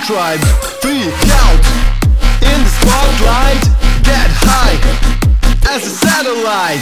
tribe. Freak out in the spotlight. Get high as a satellite.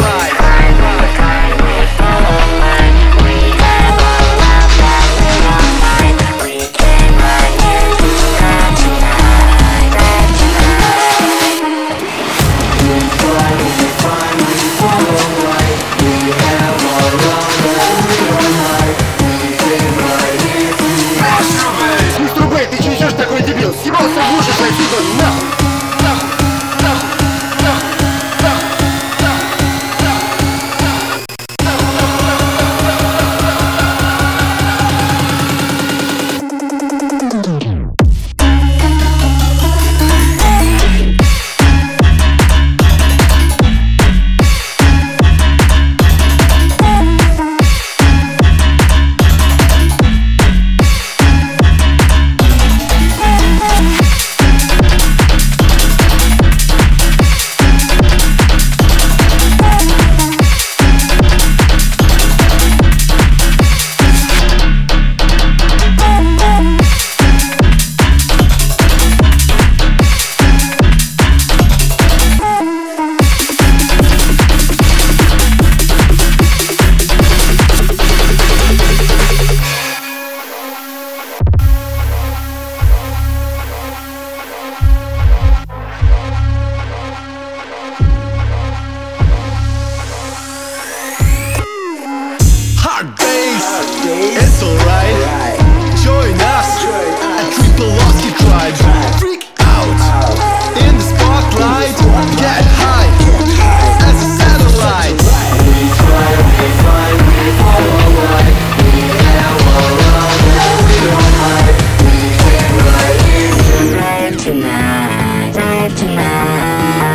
It's alright. Join us at Tripolowski tribe. Freak out in the spotlight. Get high as a satellite. We fly, we fly, we follow light. We have our own, we don't hide. We can ride tonight, ride tonight.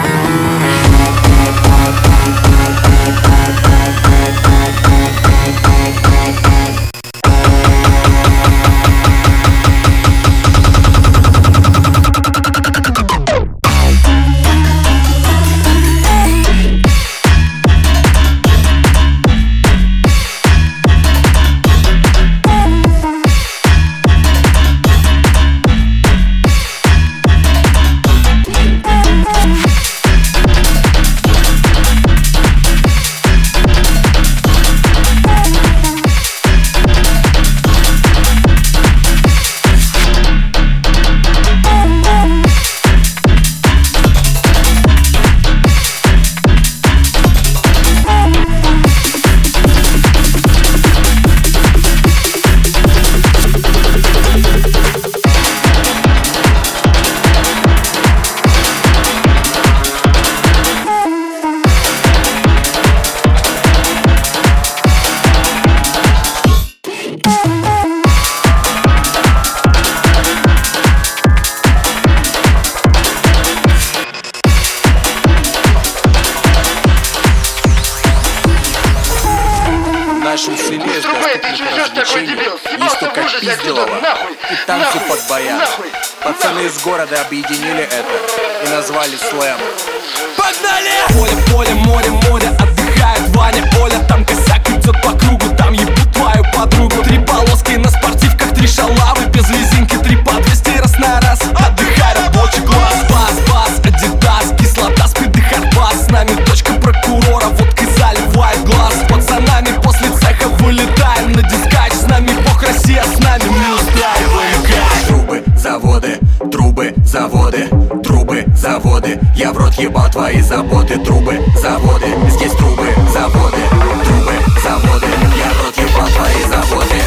В нашем селе из доступных развлечений есть только пизделово и танцы под баян. Пацаны из города объединили это и назвали слэм. Погнали! Поле, поле, море, море, отдыхает Ваня, Оля. Там косяк идет по кругу, там ебут твою подругу. Три полоски на спортивках, три шалавы без резинки, три по 200 раз на раз. Отдыхай, рабочий класс. Бас, бас, адидас, кислота, спиды, хардбас. С нами дочка прокурора, водкой заливает глаз. С пацанами после цеха вылетаем на дискач. С нами бог Россия, с нами мы устраиваем кайф. Трубы, заводы, трубы, заводы, трубы, заводы. Я в рот ебал твои заботы. Трубы, заводы, здесь трубы, заводы, трубы, заводы. Я в рот ебал твои заботы.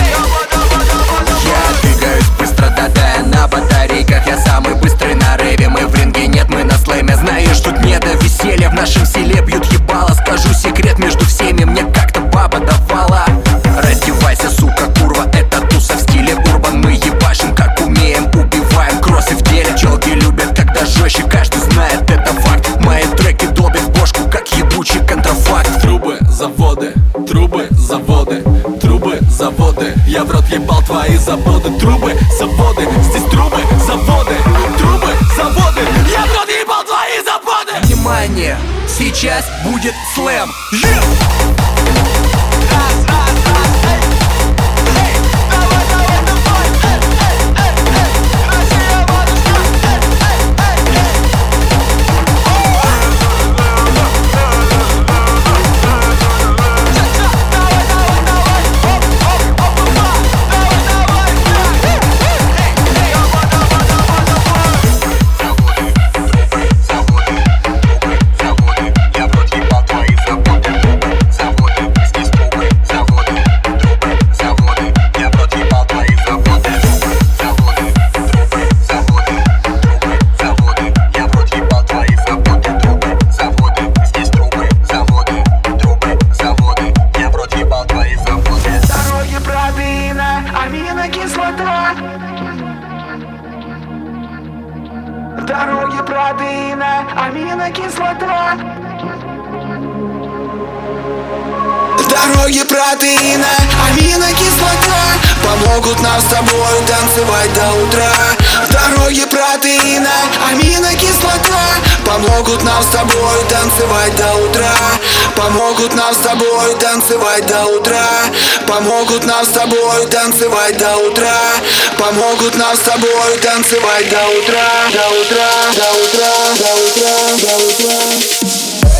Я самый быстрый на рейве. Мы заводы, трубы, заводы, трубы, заводы. Я в рот ебал твои заботы. Трубы, заводы, здесь трубы, заводы, трубы, заводы. Я в рот ебал твои заботы. Внимание, сейчас будет слэм. Дороги протеина, аминокислота. Дороги протеина, аминокислота помогут нам с тобой танцевать до утра. Дороги протеина, аминокислота помогут нам с тобой танцевать до утра. Помогут нам с тобой танцевать до утра. Помогут нам с тобой танцевать до утра. Помогут нам с тобой танцевать до утра. До утра, до утра, до утра, до утра.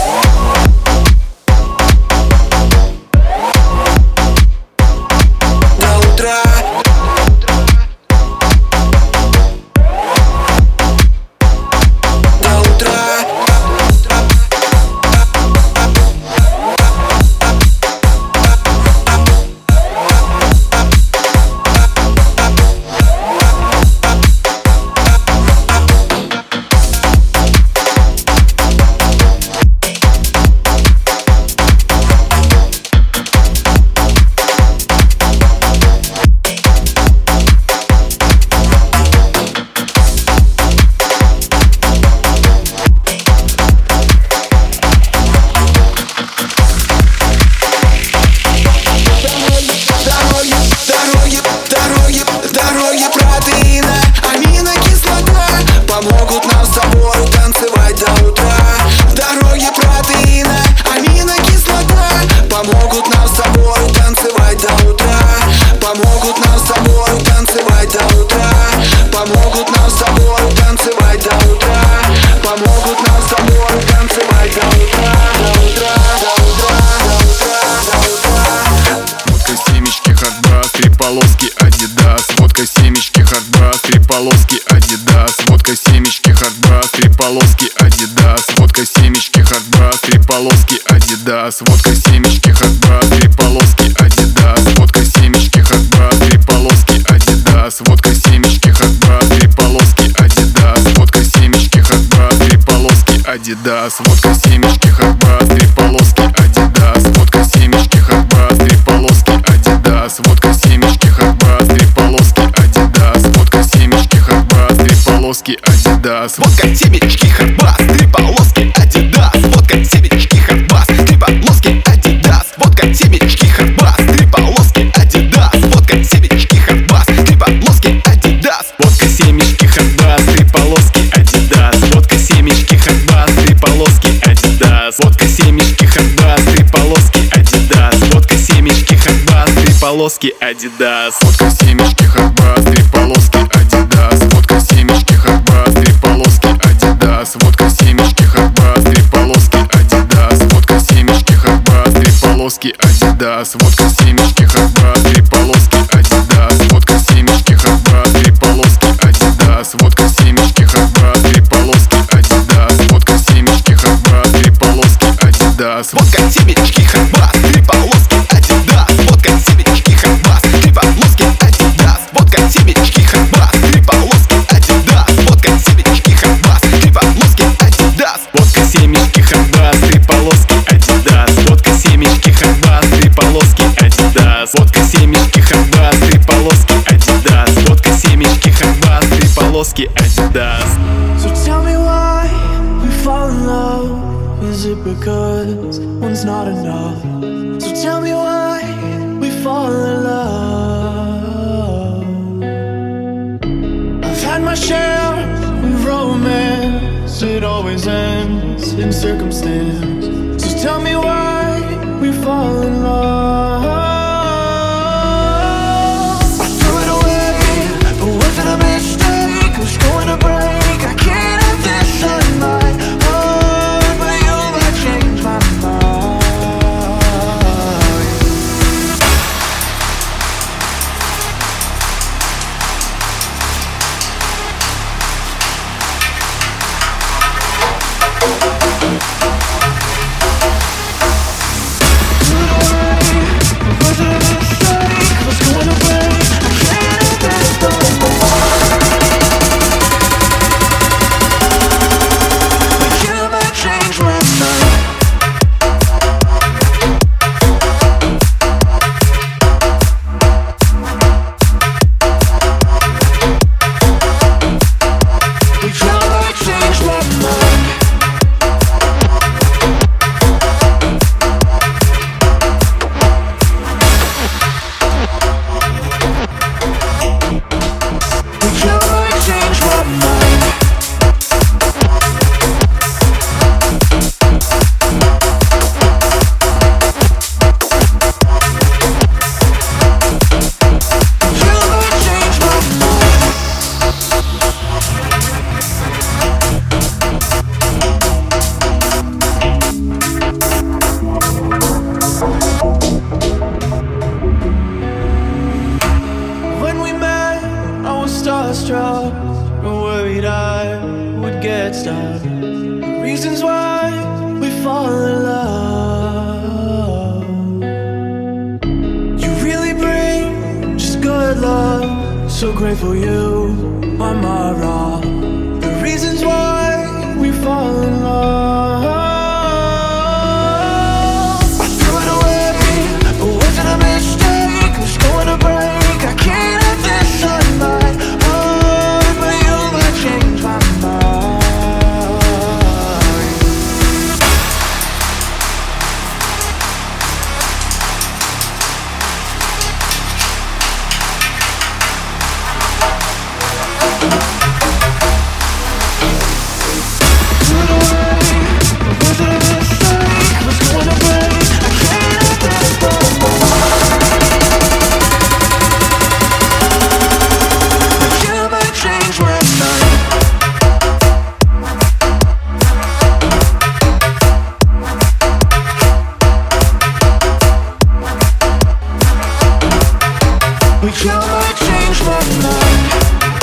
Полоски Адидас, водка семечки Хардбас, три полоски Адидас, водка семечки Хардбас, три полоски Адидас, водка семечки Хардбас, три полоски Адидас, водка семечки Хардбас, три полоски Адидас, водка семечки Хардбас, три полоски Адидас, водка семечки Хардбас, три полоски Адидас, водка семечки Хардбас, три полоски Адидас, водка семечки Хардбас, три полоски Адидас, водка семечки Хардбас, три полоски Адидас, водка семечки Хардбас, три полоски Адидас, водка семечки Хардбас, три полоски Адидас, водка семечки Хардбас, три полоски Адидас, водка семечки Хардбас, три полоски Адидас, водка семечки Хардбас, три полоски Адидас, водка семечки Хардбас, три полоски Адидас, водка семечки Хардбас, три полоски Адидас, водка семечки Хардбас, три полоски Адидас, водка семечки Хардбас, три полоски Адидас, водка семечки Хардбас, три полоски Адидас, водка семечки Хардбас, три полоски Адидас, водка семечки Хардбас, три полоски Адидас, водка семечки Хардбас, три полоски Адидас, водка семечки Хардбас, три полоски Адидас, водка семечки Хардбас, три полоски Адидас, водка семечки Хардбас, три полоски Адидас, водка семечки Хардбас, три полоски Адидас, водка семечки Хардбас, три полоски Адидас, водка семечки Хардбас, три полоски Адидас, водка семечки Хардбас, три полоски Адидас, водка семечки Хардбас, три полоски Адидас, водка семечки Хардбас, три полоски Адидас, водка семечки Хардбас, три полоски Адидас, водка семечки Хардбас, три полоски Адидас, водка семечки Хардбас, три полоски Адидас, водка семечки Хардбас, три полоски Адидас. So tell me why we fall in love. Is it because one's not enough? So circumstance. So tell me why we fall in love. I threw it away, but was it a mistake? Who's going to break? I can't have this on my heart, but you might change my mind. Starstruck and worried I would get stuck. The reasons why we fall in love. You really bring just good luck. So grateful you are my rock. The reasons why we fall in love. I threw it away, but was it a mistake? Who's going to break? I can't have this on my heart, but you might change my mind. Threw it away, but was it a mistake? Who's going to break? I can't have this no more. But you might change my mind. But you might change my mind.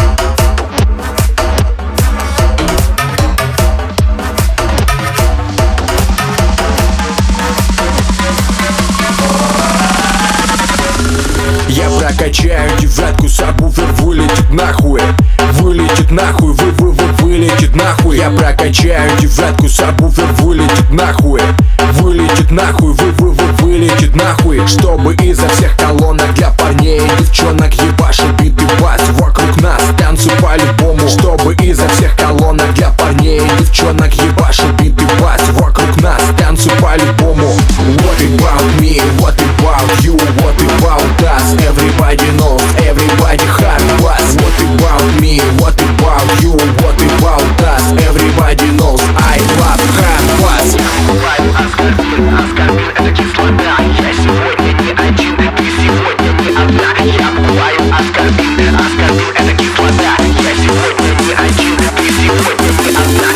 Я прокачаю девятку, сабвуфер вылетит нахуй. Вылетит нахуй, вылетит нахуй. Я прокачаю девятку, сабвуфер вылетит нахуй. Вылетит нахуй, вылетит нахуй. Чтобы изо всех колонок для парней и девчонок ебашил битый бас. Вокруг нас танцы по-любому. Чтобы изо всех колонок для парней и девчонок ебашил битый бас. Вокруг нас танцы по-любому. What about me, what about you, what about us? Everybody knows, everybody hard was. What about me, what about you, what about us? Everybody knows, I love hard was. Оскорбил, это кислота. Я сегодня не один, ты сегодня не одна. Я бываю оскорбил, это кислота. Я сегодня не один, ты сегодня не одна.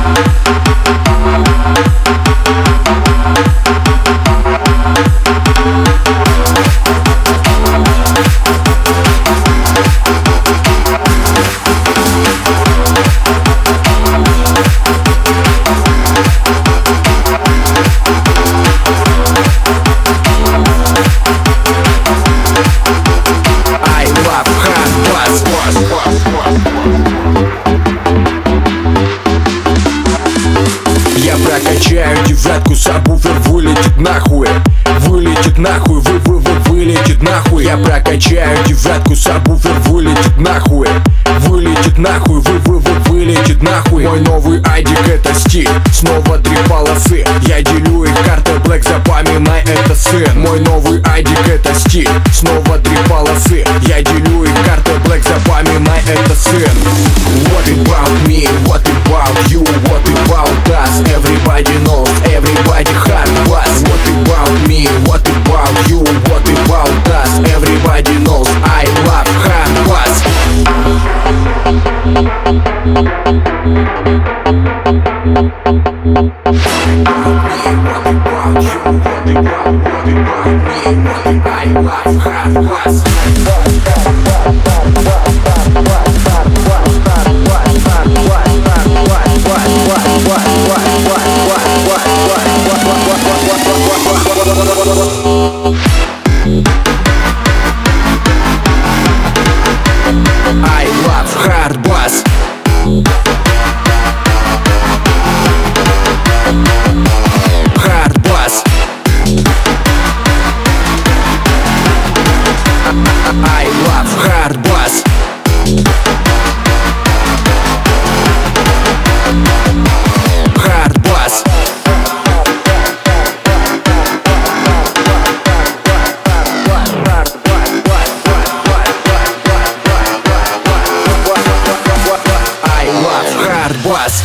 Я прокачаю девятку, сабвуфер вылетит нахуй. Вылетит нахуй, вылетит нахуй. Я прокачаю девятку, сабвуфер вылетит нахуй. Вылетит нахуй, вылетит нахуй. Мой новый айдик это стиль, снова 3 полосы. Я делю их картой Black, запоминай, это сын. Мой новый айдик это стиль, снова 3 полосы. Я делю их картой Black, запоминай. Запоминай это, сын. What about me, what about you, what about us? Everybody knows, everybody hard was. What about me, what about you, what about us? Everybody knows, I love hard was. I love hard bass. Hard bass. I love hard bass. Hard bass. I love hard bass.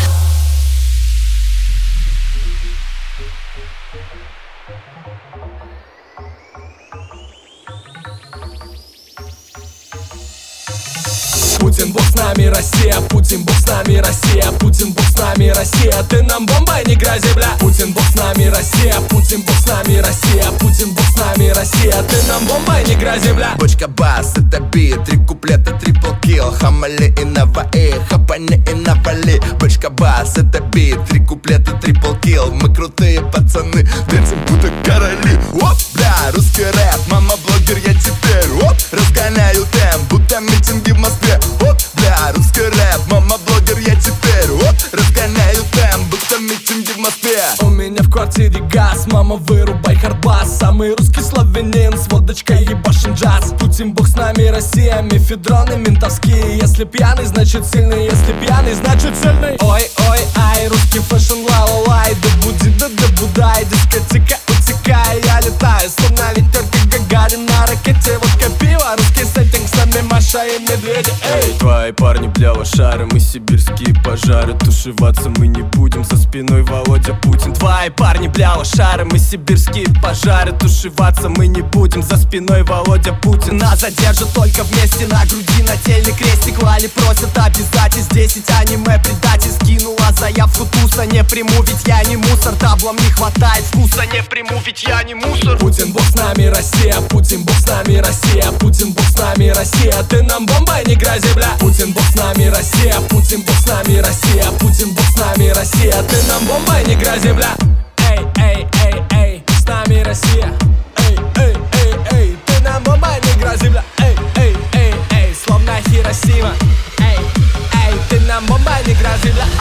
Путин, Бог с нами, Россия. Путин, Бог с нами, Россия. Путин, Бог с нами, Россия. Ты нам бомбой не грози, бля. Путин, Бог с нами, Россия. Путин, Бог с нами, Россия. Путин, Бог с нами, Россия. Ты нам бомбой не грози, бля. Бочка бас, это бит, 3 куплета, трипл килл. Хамали и наваи, хапани и навали. Бочка бас, это бит, 3 куплета, трипл килл. Мы крутые пацаны, танцем будто короли. Оп, бля, русский рэп, мама блогер, я теперь. Оп, разгоняю темп, будто митинги в Москве. Оп, бля, русский рэп, мама блогер, я теперь. Оп, разгоняю темп, будто митинги в Москве. У меня в квартире газ, мама, вырубай хардбас. Самый русский славянин, с водочкой ебашен джаз. Путин, Бог с нами, Россия, мефедроны ментовские. Если пьяный, значит сильный, если пьяный, значит сильный. Ой, ой, ай, русский фэшн, ла-ла-лай. Да буди, да будай, дискотека утекай. Я летаю, словно ветер, как Гагарин на ракете. Водка, пиво, русский сеттинг, с нами Маша и медведи. Эй, твои парни, бля, лошары, мы сибирские пожары. Тушеваться мы не будем, за спиной Володя Путин. Твои парни, бля, лошары, мы сибирские пожары. Тушеваться мы не будем, за спиной Володя Путин. Нас задержат только вместе, на груди нательный крестик. Лали просят обязательств, 10 аниме предатель. Скинула заявку туса, не приму, ведь я не мусор. Таблом не хватает вкуса, не приму, ведь я не мусор. Путин, Бог с нами, Россия. Путин, Бог с нами, Россия. Путин, Бог с нами, Россия. Ты нам бомбой не грози, бля. Путин, Бог с нами, Россия. Путин, Бог с нами, Россия. Путин, Бог с нами, Россия. Ты нам бомбой не грози, бля. Эй, эй, эй, эй, с нами Россия. Эй, эй, эй, эй, ты нам бомбой не грози, бля. Эй, эй, эй, эй, словно Хиросима. Эй, эй, ты нам бомбой не грози, бля.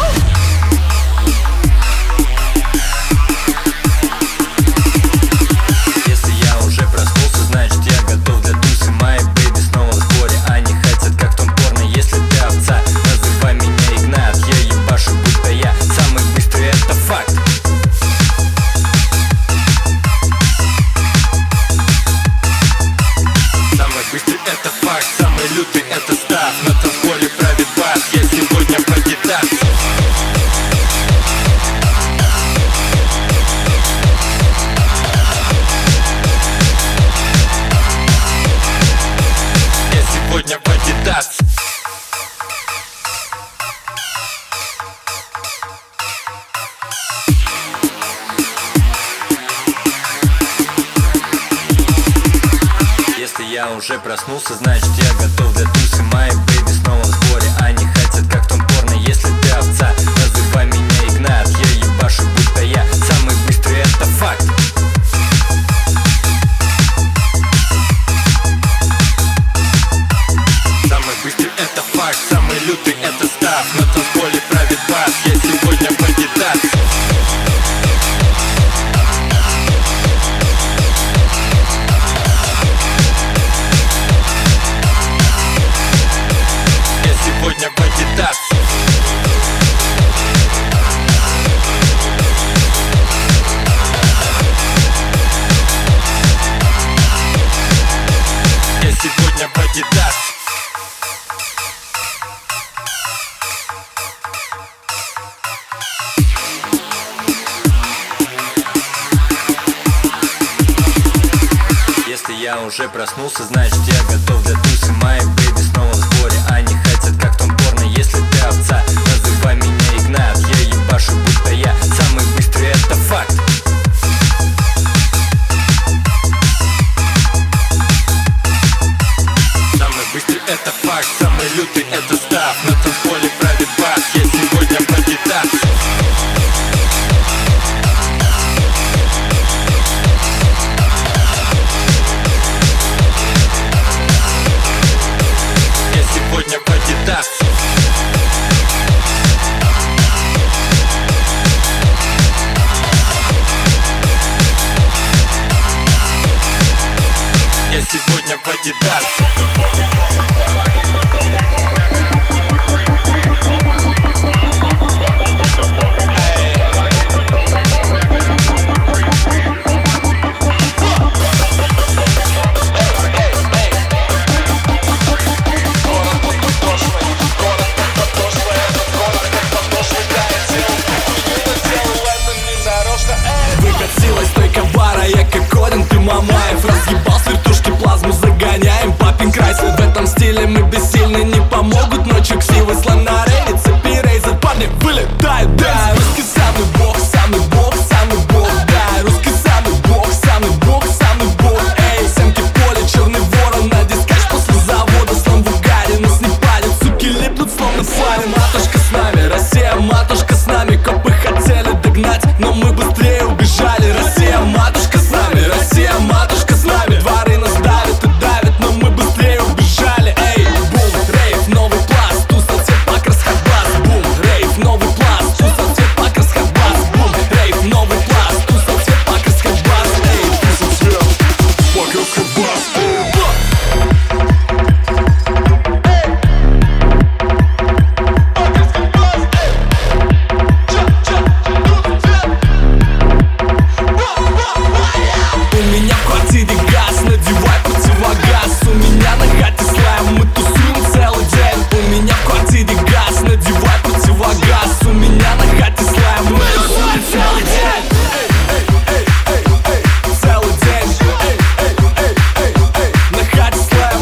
Если я уже проснулся, значит я готов для тусы. Мои бэйби снова в сборе, они хотят как в том порно. Если ты овца, называй меня Игнат. Я ебашу, будто я самый быстрый, это факт. Самый быстрый, это факт. Самый лютый, это став. На танцполе правит бас, я сегодня по гитар. Я сегодня по гитар. Если я уже проснулся, значит я готов для тусы. Мои бэйби снова в сборе, они хотят как в том порно. Если ты овца, называй меня Игнат. Я ебашу, будто я самый быстрый, это факт. Самый быстрый, это факт. Самый лютый, это став. На танцполе правит бас, я сегодня по гитар. я уже проснулся, значит я готов для тусы. Мои бэйби снова в сборе, они хотят как в том порно. Если ты овца, называй меня Игнат, я ебашу, будто я самый быстрый, это факт. Самый быстрый, это факт, самый лютый, это став. На танцполе правит бас, я сегодня по гитар. Сегодня по гитар. Я сегодня по гитар. Выкатилась стойка бара, я как Один, ты Мамаев. Разъебал с вертушки, плазму загоняем. Папин Крайслер, в этом стиле мы бессильны. Не помогут ночью ксивы, слон на рейде. Цепи рейзер, парни вылетают, да. Русский самый бог, самый бог, самый бог, да. Русский самый бог, самый бог, самый бог. Эй, семки поле, черный ворон на дискач после завода. Слон в угаре, нас не палят, суки липнут словно пламя. Матушка с нами, Россия, матушка с нами. Копы хотели догнать, но мы быстрее убежали. Россия, матушка с нами, Россия, матушка с нами. Дворы нас давят и давят, но мы быстрее убежали. Эй, бум, рейв, новый пласт, туса, цвет, пакрас, хардбас. Бум, рейв, новый пласт, туса, цвет, пакрас, хардбас. Бум, рейв, новый пласт, туса, цвет, пакрас, хардбас. Эй, туса, цвет, пакрас, хардбас. У меня в квартире газ, надевай противогаз. У меня на хате слайм, мы тусуем целый день. У меня в квартире газ, надевай противогаз. У меня на хате слайм, мы тусуем целый день. Целый день. На хате слайм.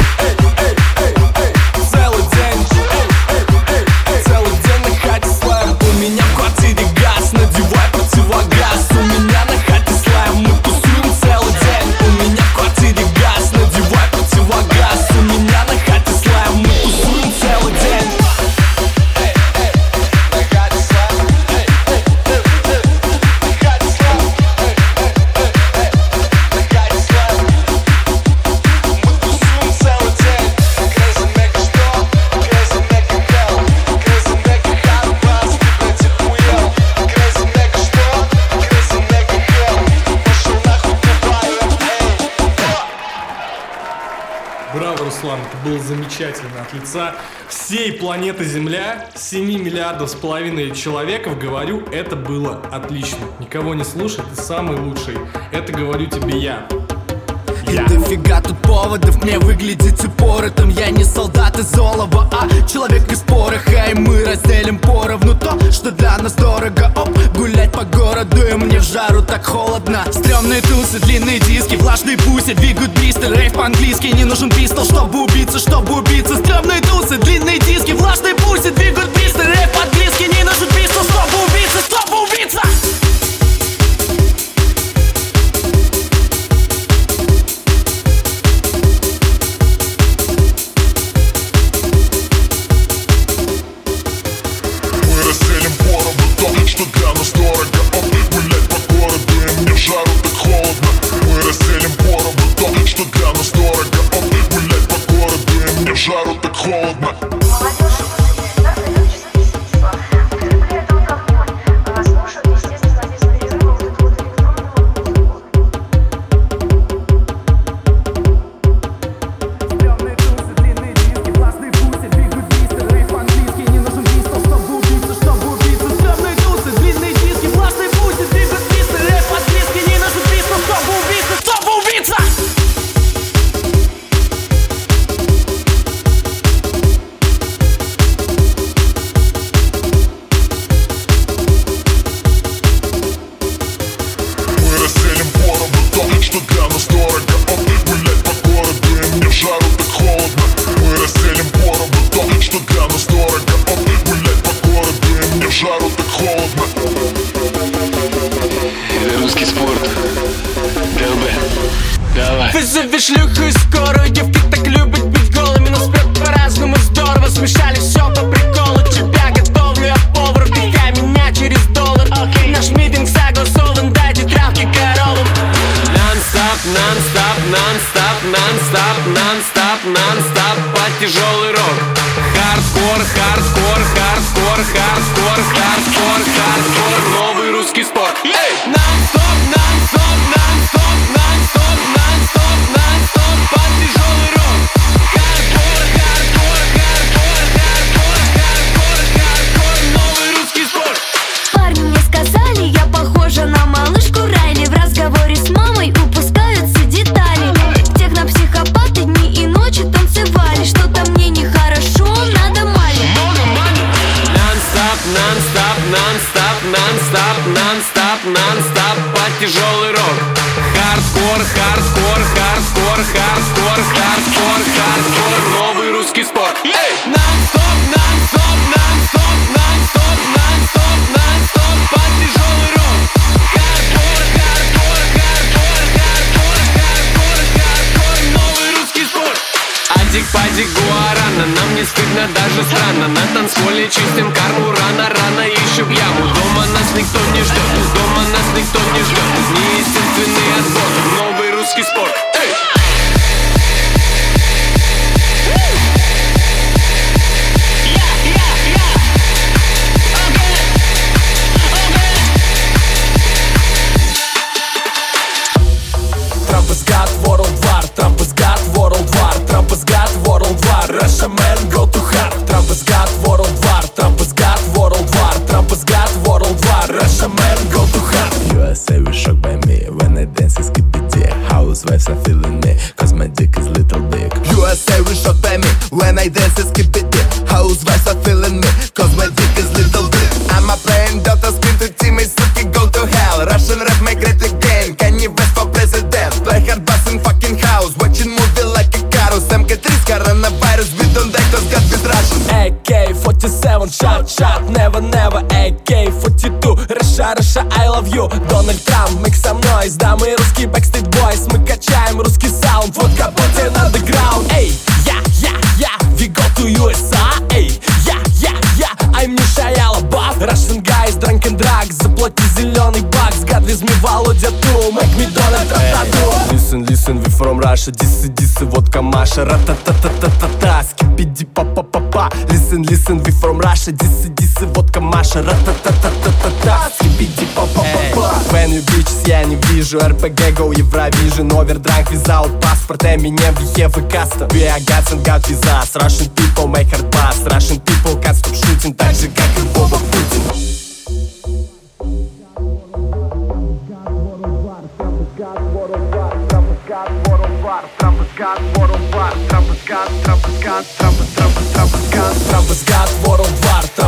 Целый день. Целый день на хате слайм. У меня в квартире газ, надевай противогаз. У меня на хате слайм, мы тусуем целый день. У меня в квартире газ, надевай противогаз. У меня на хате слайм, мы тусуем целый день. На хате слайм. На хате слайм. На хате слайм. Мы тусуем целый день. Crazy Mega что? Crazy Mega Hell. Crazy Mega Hardbass, блядь, охуел. Crazy Mega что? Crazy Mega Hell. Пошел нахуй, Дубай, Браво, Руслан, это было замечательно. От лица всей планеты Земля, 7 миллиардов с половиной человеков, говорю, это было отлично. Никого не слушай, ты самый лучший. Это говорю тебе я. И дофига тут поводов мне выглядеть упоротым. Я не солдат из олова, а человек из пороха. И мы разделим поровну то, что для нас дорого. Оп, гулять по городу, и мне в жару так холодно. Стрёмные тусы, длинные диски, влажные пуси двигают Бристоль. Рейв по-английски, не нужен пистол, чтобы убиться, чтобы убиться. Стрёмные тусы, длинные диски, влажные пуси двигают Бристоль. Рейв по-английски, не нужен пистол, чтобы убиться, чтобы убиться. Мы разделим поровну то, что для нас дорого. Оп, гулять по городу, и мне в жару так холодно. Мы разделим поровну то, что для нас дорого. Оп, гулять по городу, и мне в жару так холодно. Молодежь, всегда хочется чувства. Давай. Вызови шлюху и скорую, девки так любят быть голыми, но спят по-разному здорово. Смешали все по приколу, тебя готовлю я повар, впихай меня через доллар. Наш митинг согласован, дайте травки коровам. Нон-стоп, нон-стоп, нон-стоп, нон-стоп, нон-стоп, нон-стоп, под тяжелый рок. Хардкор, хардкор, хардкор, хардкор, хардкор, хардкор, новый русский спорт. Эй! Нон-стоп, нон-стоп, нон-стоп, нон-стоп, нон-стоп, нон-стоп, под тяжелый рок. Хардкор, хардкор, хардкор, хардкор, хардкор, хардкор, новый русский спорт. Парни мне сказали, я похожа на малышку Райли. В разговоре с мамой упускаются детали. Технопсихопаты дни и ночи танцевали. Что-то мне нехорошо, надо мали. Нон-стоп, нон-стоп, нон-стоп, нон-стоп, нон-стоп, нон-стоп, под тяжелый рок. Хардкор, хардкор, хардкор, хардкор, хардкор, хардкор, новый русский спорт. Эй! Нон-стоп, нон-стоп, нон-стоп, нон-стоп, нон-стоп, нон-стоп, под тяжелый рок. Хардкор, хардкор, хардкор, хардкор, хардкор, хардкор, новый русский спорт. Адик-падик, гуарана, нам не стыдно, даже странно. На танцполе чистим карму, рано-рано ищем яму. Дома нас никто не ждет, дома нас никто не ждет. Неестественный отбор, новый русский спорт. Эй! Trump is God, World War. Trump is God, World War. Trump is God, World War. Russia man, go to hard. Trump is God, World War. Trump is God, World War. Trump is God, World War. Russia man, go to hard. USA was shocked by me when I dance in skibidi. Housewives are feeling me, cause my dick is little big. USA was shocked by me when I dance and skip it. Housewives are feeling me, cause my dick is little big. I'm a playing Dota, spin to teammates, suki go to hell. Russian rap make great again, Kanye West for president. Play hard bass in fucking house, watching movie like a carus. MK3 coronavirus, we don't die cause God with Russian. AK-47, shot, shot, never, never. AK-42, Russia, Russia, I love you. Дональд Трамп, микс со мной, с дамой русский Backstreet Boys. Мы качаем русский саунд, вот Капутин underground. Эй, я, we go to USA. Эй, я, I'm не Шайя Лабаф. Russian guys, drunk and drugs, заплати зеленый бакс. God with me, Володя Ту, make me Donald Trump. Listen, listen, we from Russia. Диссы, диссы, водка Маша. Ра-та-та-та-та-та-та, скипиди па-па-па-па. Listen, listen, we from Russia. Диссы, диссы, водка Маша. Ра-та-та-та-та-та-та, скипиди па-па-па-па. When you bitches, я не вижу. RPG, go Eurovision. Overdrunk without passport. Eminem, we have a custom. We are gods and God with us. Russian people make hard bass. Russian people can't stop shooting. Так же, как и Боба Путин. Trump is God, World War.